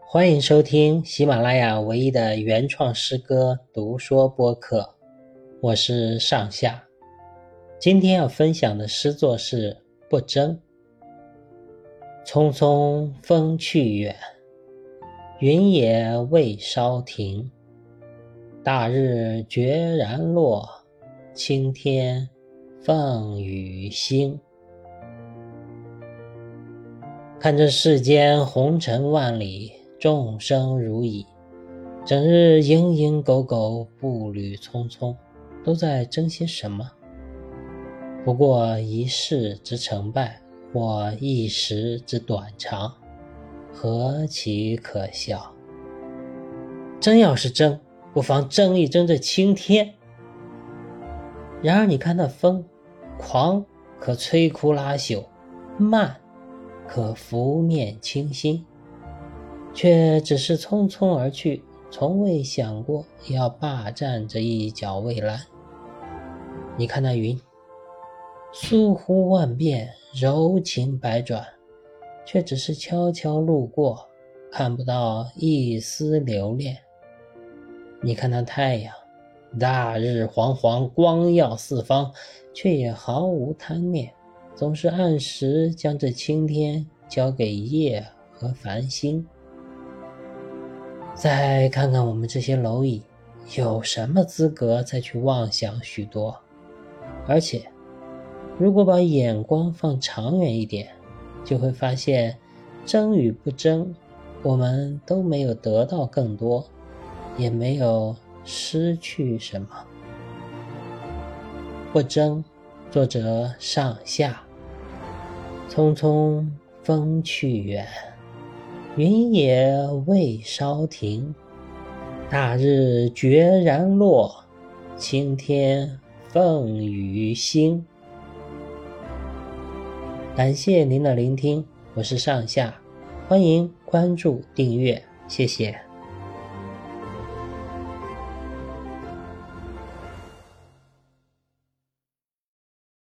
欢迎收听喜马拉雅唯一的原创诗歌读说播客，我是上下。今天要分享的诗作是不争。匆匆风去远，云也未稍停。大日决然落，青天凤羽星。看这世间红尘万里，众生如蚁，整日蝇营狗苟，步履匆匆，都在争些什么？不过一世之成败，或一时之短长，何其可笑！真要是争，不妨争一争这青天。然而你看那风，狂可摧枯拉朽，慢可拂面清新，却只是匆匆而去，从未想过要霸占这一角蔚蓝。你看那云，疏忽万变，柔情百转，却只是悄悄路过，看不到一丝留恋。你看那太阳，大日煌煌，光耀四方，却也毫无贪念，总是按时将这青天交给夜和繁星。再看看我们这些蝼蚁，有什么资格再去妄想许多？而且如果把眼光放长远一点，就会发现争与不争，我们都没有得到更多，也没有失去什么。不争，作者上下。匆匆风去远，云也未稍停。大日决然落，青天凤羽星。感谢您的聆听，我是上下，欢迎关注订阅，谢谢。